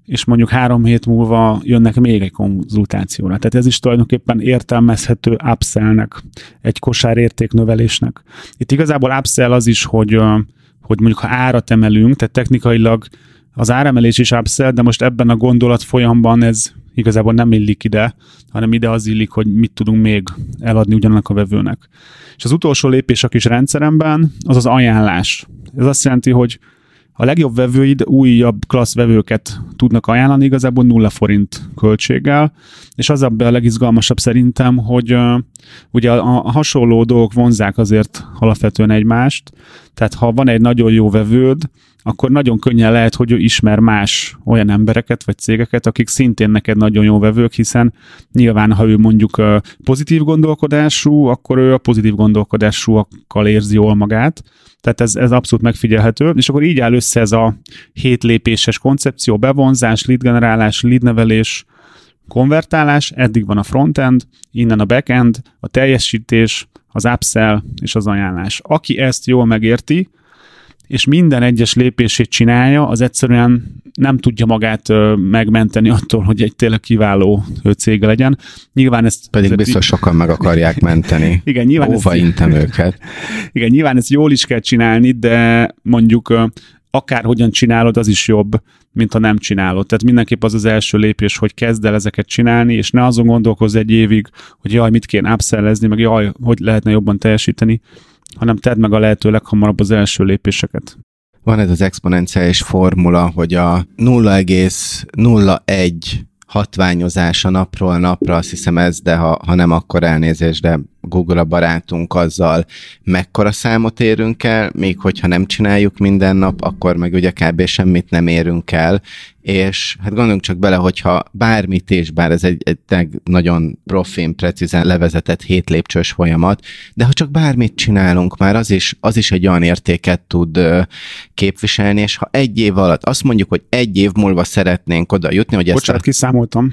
és mondjuk három hét múlva jönnek még egy konzultációra. Tehát ez is tulajdonképpen értelmezhető upsellnek, egy kosárértéknövelésnek. Itt igazából upsell az is, hogy, hogy mondjuk ha árat emelünk, tehát technikailag az áremelés is upsell, de most ebben a gondolat folyamban ez igazából nem illik ide, hanem ide az illik, hogy mit tudunk még eladni ugyanannak a vevőnek. És az utolsó lépés a kis rendszeremben az az ajánlás. Ez azt jelenti, hogy a legjobb vevőid újabb klassz vevőket tudnak ajánlani igazából nulla forint költséggel, és az abban a legizgalmasabb szerintem, hogy uh, ugye a, a hasonló dolgok vonzák azért alapvetően egymást, tehát ha van egy nagyon jó vevőd, akkor nagyon könnyen lehet, hogy ő ismer más olyan embereket vagy cégeket, akik szintén neked nagyon jó vevők, hiszen nyilván, ha ő mondjuk uh, pozitív gondolkodású, akkor ő a pozitív gondolkodásúakkal érzi jól magát, tehát ez, ez abszolút megfigyelhető, és akkor így áll össze ez a hét lépéses koncepció, bevonzás, lead generálás, lead nevelés, konvertálás, eddig van a frontend, innen a backend, a teljesítés, az upsell és az ajánlás. Aki ezt jól megérti, és minden egyes lépését csinálja, az egyszerűen nem tudja magát megmenteni attól, hogy egy tényleg kiváló cége legyen. Nyilván ezt... Pedig ezt biztos sokan meg akarják menteni. Igen, nyilván Óva ezt, intem őket. Igen, nyilván ezt jól is kell csinálni, de mondjuk akárhogyan csinálod, az is jobb, mint ha nem csinálod. Tehát mindenképp az az első lépés, hogy kezd el ezeket csinálni, és ne azon gondolkozz egy évig, hogy jaj, mit kéne upsellezni, meg jaj, hogy lehetne jobban teljesíteni, hanem tedd meg a lehető leghamarabb az első lépéseket. Van ez az exponenciális formula, hogy a nulla egész nulla egy hatványozás a napról napra, azt hiszem ez, de ha, ha nem, akkor elnézést, de Google a barátunk, azzal mekkora számot érünk el, még hogyha nem csináljuk minden nap, akkor meg ugye kb. Semmit nem érünk el, és hát gondoljunk csak bele, hogyha bármit is, bár ez egy, egy nagyon profin, precízen levezetett hét lépcsős folyamat, de ha csak bármit csinálunk, már az is, az is egy olyan értéket tud uh, képviselni, és ha egy év alatt, azt mondjuk, hogy egy év múlva szeretnénk oda jutni, hogy ezt... Bocsánat, a... kiszámoltam.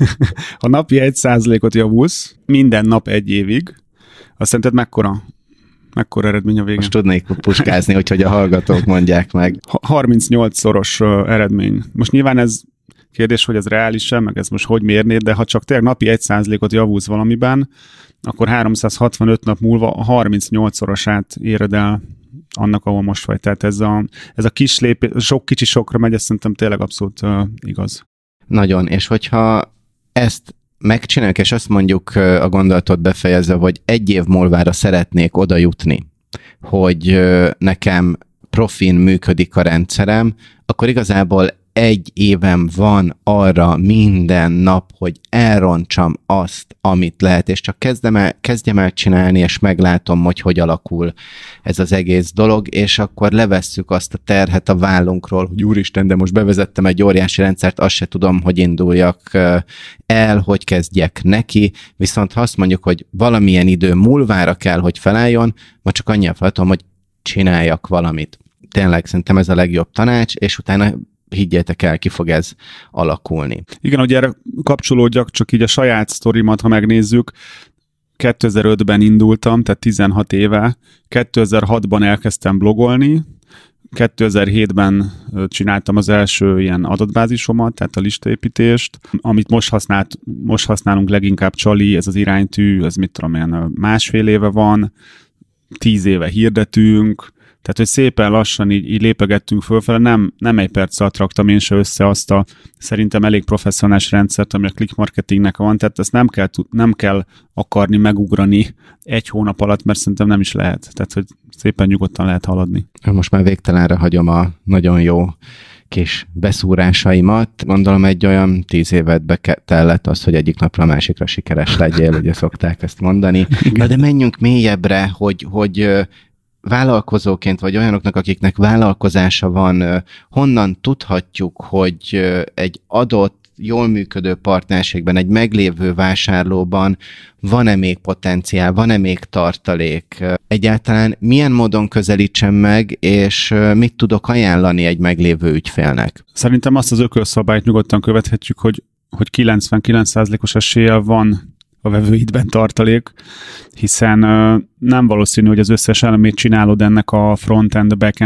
Ha napi egy százalékot javulsz, minden nap egy évig, azt szerinted mekkora? Mekkora eredmény a végén? Most tudnék puskázni, hogy, hogy a hallgatók mondják meg. harmincnyolc szoros uh, eredmény. Most nyilván ez kérdés, hogy ez reális-e, meg ez most hogy mérnéd, de ha csak tényleg napi egy százalékot javulsz valamiben, akkor háromszázhatvanöt nap múlva a harmincnyolc szorosát éred el annak, ahol most vagy. Tehát ez a, ez a kis lépés, sok kicsi sokra megy, ez szerintem tényleg abszolút uh, igaz. Nagyon, és hogyha ezt megcsináljuk, és azt mondjuk a gondolatot befejezve, hogy egy év múlvára szeretnék oda jutni, hogy nekem profin működik a rendszerem, akkor igazából egy évem van arra minden nap, hogy elrontsam azt, amit lehet, és csak kezdem el, kezdjem el csinálni, és meglátom, hogy hogy alakul ez az egész dolog, és akkor levesszük azt a terhet a vállunkról, hogy úristen, de most bevezettem egy óriási rendszert, azt se tudom, hogy induljak el, hogy kezdjek neki, viszont ha azt mondjuk, hogy valamilyen idő múlvára kell, hogy felálljon, ma csak annyian feladatom, hogy csináljak valamit. Tényleg szerintem ez a legjobb tanács, és utána higgyétek el, ki fog ez alakulni. Igen, hogy erre kapcsolódjak, csak így a saját sztorimat, ha megnézzük, kétezer-ötben indultam, tehát tizenhat éve, kétezer-hatban elkezdtem blogolni, kétezer-hétben csináltam az első ilyen adatbázisomat, tehát a listaépítést, amit most, használt, most használunk leginkább Csali, ez az iránytű, ez mit tudom én, másfél éve van, tíz éve hirdetünk, tehát, hogy szépen lassan így, így lépegettünk fölfele, nem, nem egy perc alatt raktam én se össze azt a szerintem elég professzionális rendszert, ami a click marketingnek van, tehát ezt nem kell, nem kell akarni megugrani egy hónap alatt, mert szerintem nem is lehet. Tehát, hogy szépen nyugodtan lehet haladni. Most már végtelenre hagyom a nagyon jó kis beszúrásaimat. Gondolom egy olyan tíz évet betellett az, hogy egyik napra a másikra sikeres legyél, ugye szokták ezt mondani. Na de menjünk mélyebbre, hogy, hogy vállalkozóként, vagy olyanoknak, akiknek vállalkozása van, honnan tudhatjuk, hogy egy adott, jól működő partnerségben, egy meglévő vásárlóban van-e még potenciál, van-e még tartalék? Egyáltalán milyen módon közelítsem meg, és mit tudok ajánlani egy meglévő ügyfélnek? Szerintem azt az ökölszabályt nyugodtan követhetjük, hogy, hogy kilencvenkilenc százalékos eséllyel van a vevőidben tartalék, hiszen uh, nem valószínű, hogy az összes elemét csinálod ennek a front-end, back-end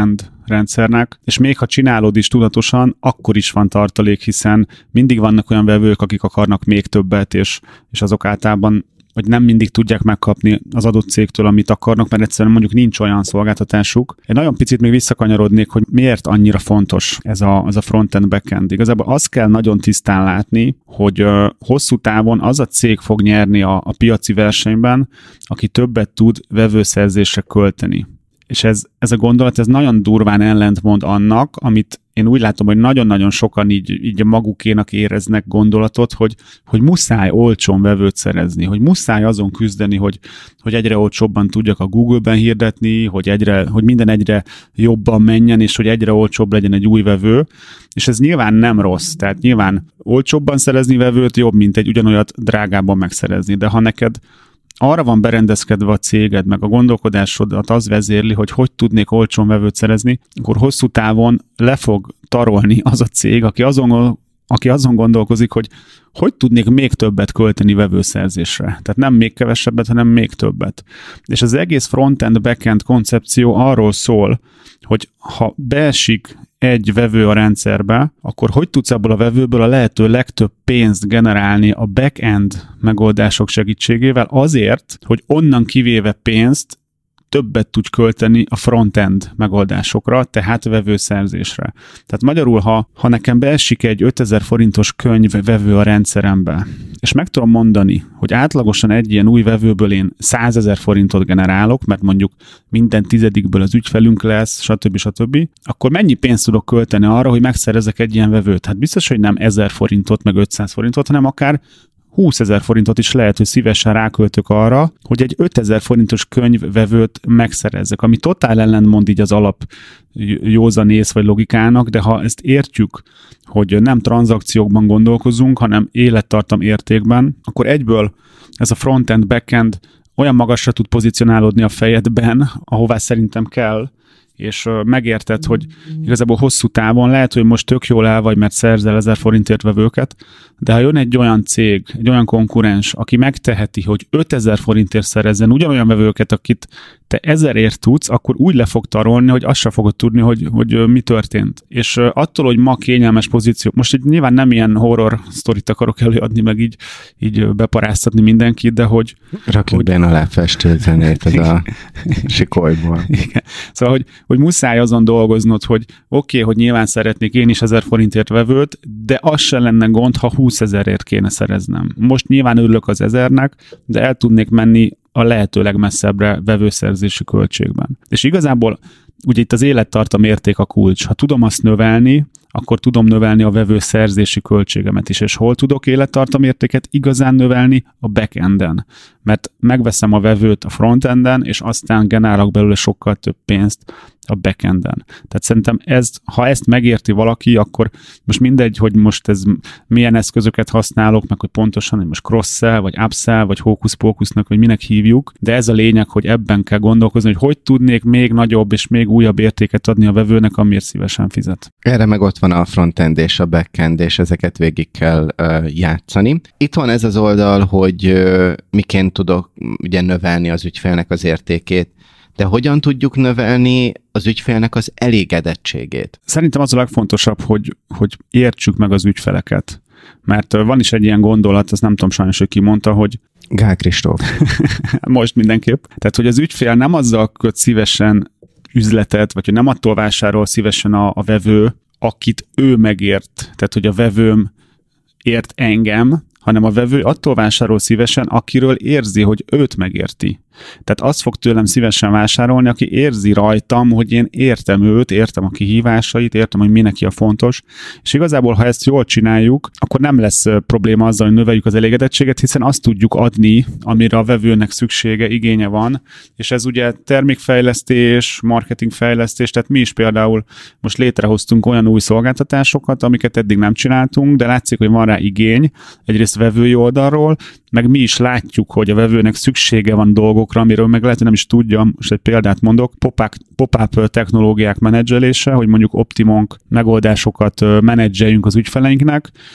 rendszernek, és még ha csinálod is tudatosan, akkor is van tartalék, hiszen mindig vannak olyan vevők, akik akarnak még többet, és, és azok általában hogy nem mindig tudják megkapni az adott cégtől, amit akarnak, mert egyszerűen mondjuk nincs olyan szolgáltatásuk. Én nagyon picit még visszakanyarodnék, hogy miért annyira fontos ez a, ez a frontend backend. Igazából azt kell nagyon tisztán látni, hogy uh, hosszú távon az a cég fog nyerni a, a piaci versenyben, aki többet tud vevőszerzésre költeni. És ez, ez a gondolat, ez nagyon durván ellentmond annak, amit én úgy látom, hogy nagyon-nagyon sokan így, így magukénak éreznek gondolatot, hogy, hogy muszáj olcsón vevőt szerezni, hogy muszáj azon küzdeni, hogy, hogy egyre olcsóbban tudjak a Google-ben hirdetni, hogy, egyre, hogy minden egyre jobban menjen, és hogy egyre olcsóbb legyen egy új vevő, és ez nyilván nem rossz, tehát nyilván olcsóbban szerezni vevőt jobb, mint egy ugyanolyat drágábban megszerezni, de ha neked arra van berendezkedve a céged, meg a gondolkodásodat az vezérli, hogy hogy tudnék olcsón vevőt szerezni, akkor hosszú távon le fog tarolni az a cég, aki azon, aki azon gondolkozik, hogy hogy tudnék még többet költeni vevőszerzésre. Tehát nem még kevesebbet, hanem még többet. És az egész frontend, backend koncepció arról szól, hogy ha beesik egy vevő a rendszerbe, akkor hogy tudsz abból a vevőből a lehető legtöbb pénzt generálni a backend megoldások segítségével azért, hogy onnan kivéve pénzt többet tudj költeni a frontend megoldásokra, tehát vevőszerzésre. Tehát magyarul, ha, ha nekem beesik egy ötezer forintos könyv vevő a rendszerembe, és meg tudom mondani, hogy átlagosan egy ilyen új vevőből én százezer forintot generálok, mert mondjuk minden tizedikből az ügyfelünk lesz, stb. stb., akkor mennyi pénzt tudok költeni arra, hogy megszerezek egy ilyen vevőt? Hát biztos, hogy nem ezer forintot, meg ötszáz forintot, hanem akár húszezer forintot is lehet, hogy szívesen ráköltök arra, hogy egy ötezer forintos könyvvevőt megszerezzek, ami totál ellentmond így az alap józanész vagy logikának, de ha ezt értjük, hogy nem tranzakciókban gondolkozunk, hanem élettartam értékben, akkor egyből ez a frontend, backend olyan magasra tud pozícionálódni a fejedben, ahová szerintem kell, és megérted, hogy igazából hosszú távon lehet, hogy most tök jól el vagy, mert szerzel ezer forintért vevőket, de ha jön egy olyan cég, egy olyan konkurens, aki megteheti, hogy ötezer forintért szerezzen ugyanolyan vevőket, akit te ezerért tudsz, akkor úgy le fog tarolni, hogy azt sem fogod tudni, hogy, hogy mi történt. És attól, hogy ma kényelmes pozíció, most így nyilván nem ilyen horror sztorit akarok előadni, meg így, így beparáztatni mindenkit, de hogy... Rakjuk hogy... benne alá festő zenét ez a sikolyból. Igen. Szóval, hogy, hogy muszáj azon dolgoznod, hogy oké, okay, hogy nyilván szeretnék én is ezer forintért vevőt, de az se lenne gond, ha húszezerért kéne szereznem. Most nyilván örülök az ezernek, de el tudnék menni a lehető legmesszebbre vevőszerzési költségben. És igazából ugye itt az élettartam érték a kulcs. Ha tudom azt növelni, akkor tudom növelni a vevőszerzési költségemet is. És hol tudok élettartam értéket igazán növelni? A backenden. Mert megveszem a vevőt a frontenden, és aztán generálok belőle sokkal több pénzt a backenden. Tehát szerintem ez, ha ezt megérti valaki, akkor most mindegy, hogy most ez milyen eszközöket használok, meg hogy pontosan, hogy most cross-sell, vagy upsell, vagy hókusz-pókusznak, vagy minek hívjuk, de ez a lényeg, hogy ebben kell gondolkozni, hogy hogy tudnék még nagyobb és még újabb értéket adni a vevőnek, amiért szívesen fizet. Erre meg ott van a frontend és a backend, és ezeket végig kell uh, játszani. Itt van ez az oldal, hogy uh, miként tudok ugye növelni az ügyfélnek az értékét, de hogyan tudjuk növelni az ügyfélnek az elégedettségét? Szerintem az a legfontosabb, hogy, hogy értsük meg az ügyfeleket. Mert van is egy ilyen gondolat, azt nem tudom sajnos, hogy ki mondta, hogy Gál Kristóf. Most mindenképp. Tehát, hogy az ügyfél nem azzal köt szívesen üzletet, vagy hogy nem attól vásárol szívesen a, a vevő, akit ő megért. Tehát, hogy a vevőm ért engem, hanem a vevő attól vásárol szívesen, akiről érzi, hogy őt megérti. Tehát azt fog tőlem szívesen vásárolni, aki érzi rajtam, hogy én értem őt, értem a kihívásait, értem, hogy mi neki a fontos, és igazából, ha ezt jól csináljuk, akkor nem lesz probléma azzal, hogy növeljük az elégedettséget, hiszen azt tudjuk adni, amire a vevőnek szüksége, igénye van, és ez ugye termékfejlesztés, marketingfejlesztés, tehát mi is például most létrehoztunk olyan új szolgáltatásokat, amiket eddig nem csináltunk, de látszik, hogy van rá igény, egyrészt vevői oldalról, meg mi is látjuk, hogy a vevőnek szüksége van dolgokra, amiről meg lehet, hogy nem is tudja. Most egy példát mondok, pop-up technológiák menedzselése, hogy mondjuk Optimonk megoldásokat menedzseljünk az ügyfeleinknek,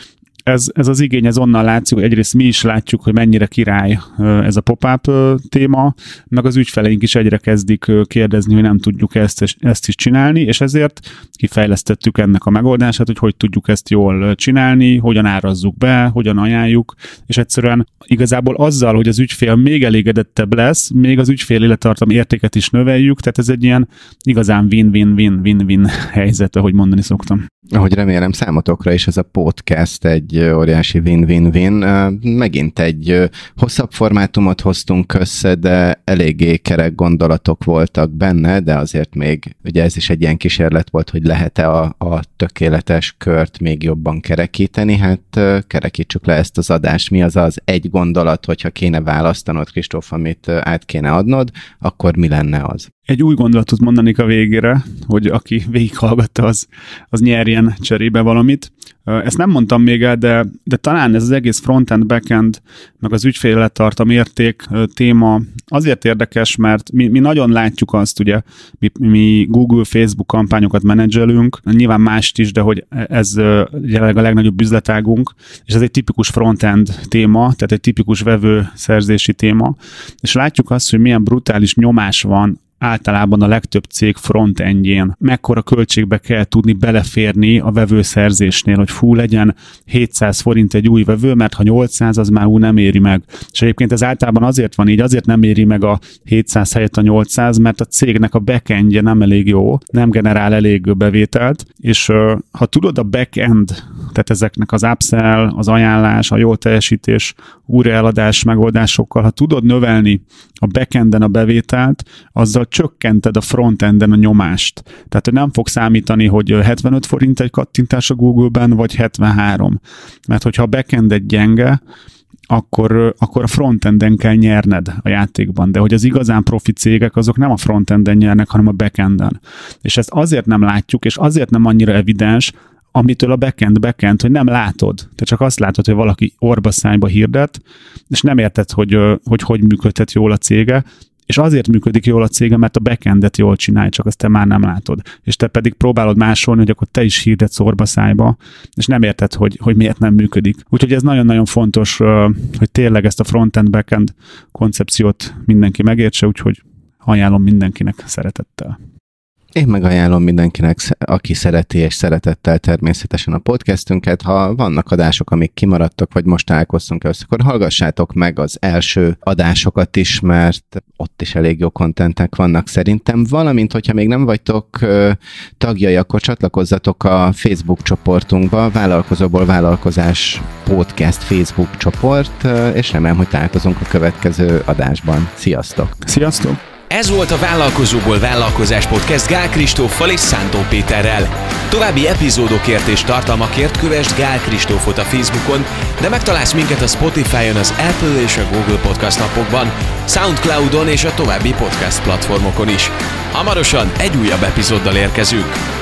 ez, ez az igény, ez onnan látszik, hogy egyrészt mi is látjuk, hogy mennyire király ez a pop-up téma, meg az ügyfeleink is egyre kezdik kérdezni, hogy nem tudjuk ezt, ezt is csinálni, és ezért kifejlesztettük ennek a megoldását, hogy hogy tudjuk ezt jól csinálni, hogyan árazzuk be, hogyan ajánljuk, és egyszerűen igazából azzal, hogy az ügyfél még elégedettebb lesz, még az ügyfél élettartam értéket is növeljük, tehát ez egy ilyen igazán win-win-win-win-win helyzet, ahogy mondani szoktam. Ahogy remélem számotokra is ez a podcast egy óriási win-win-win. Megint egy hosszabb formátumot hoztunk össze, de eléggé kerek gondolatok voltak benne, de azért még ugye ez is egy ilyen kísérlet volt, hogy lehet-e a, a tökéletes kört még jobban kerekíteni. Hát kerekítsük le ezt az adást. Mi az az egy gondolat, hogyha kéne választanod, Kristóf, amit át kéne adnod, akkor mi lenne az? Egy új gondolatot mondanék a végére, hogy aki végighallgatta, az, az nyerjen cserébe valamit. Ezt nem mondtam még el, de, de talán ez az egész frontend, backend, meg az ügyfélettartam érték téma azért érdekes, mert mi, mi nagyon látjuk azt, ugye, mi, mi Google, Facebook kampányokat menedzselünk, nyilván mást is, de hogy ez jelenleg a legnagyobb üzletágunk, és ez egy tipikus frontend téma, tehát egy tipikus vevőszerzési téma, és látjuk azt, hogy milyen brutális nyomás van általában a legtöbb cég frontendjén. Mekkora költségbe kell tudni beleférni a vevőszerzésnél, hogy fú, legyen hétszáz forint egy új vevő, mert ha nyolcszáz, az már úgy nem éri meg. És egyébként ez általában azért van így, azért nem éri meg a hétszáz helyett a nyolcszáz, mert a cégnek a backendje nem elég jó, nem generál elég bevételt, és uh, ha tudod a backend, tehát ezeknek az upsell, az ajánlás, a jó teljesítés, újraeladás megoldásokkal, ha tudod növelni a backenden a bevételt, azzal csökkented a frontenden a nyomást. Tehát, hogy nem fog számítani, hogy hetvenöt forint egy kattintás a Google-ben, vagy hetvenhárom. Mert hogyha a backend gyenge, akkor, akkor a frontenden kell nyerned a játékban. De hogy az igazán profi cégek, azok nem a frontenden nyernek, hanem a backenden. És ezt azért nem látjuk, és azért nem annyira evidens, amitől a backend backend, hogy nem látod. Te csak azt látod, hogy valaki orba-szájba hirdet, és nem érted, hogy, hogy hogy működhet jól a cége, és azért működik jól a cége, mert a backendet jól csinálj, csak azt te már nem látod. És te pedig próbálod másolni, hogy akkor te is hirdetsz orba-szájba, és nem érted, hogy, hogy miért nem működik. Úgyhogy ez nagyon-nagyon fontos, hogy tényleg ezt a front-end-backend koncepciót mindenki megértse, úgyhogy ajánlom mindenkinek szeretettel. Én meg ajánlom mindenkinek, aki szereti és szeretettel természetesen a podcastünket. Ha vannak adások, amik kimaradtak, vagy most találkoztunk össze, akkor hallgassátok meg az első adásokat is, mert ott is elég jó kontentek vannak szerintem. Valamint, hogyha még nem vagytok tagjai, akkor csatlakozzatok a Facebook csoportunkba, Vállalkozóból Vállalkozás Podcast Facebook csoport, és remélem, hogy találkozunk a következő adásban. Sziasztok! Sziasztok! Ez volt a Vállalkozóból Vállalkozás Podcast Gál Kristóffal és Szántó Péterrel. További epizódokért és tartalmakért kövesd Gál Kristófot a Facebookon, de megtalálsz minket a Spotify-on, az Apple és a Google Podcast appokban, Soundcloudon és a további podcast platformokon is. Hamarosan egy újabb epizóddal érkezünk.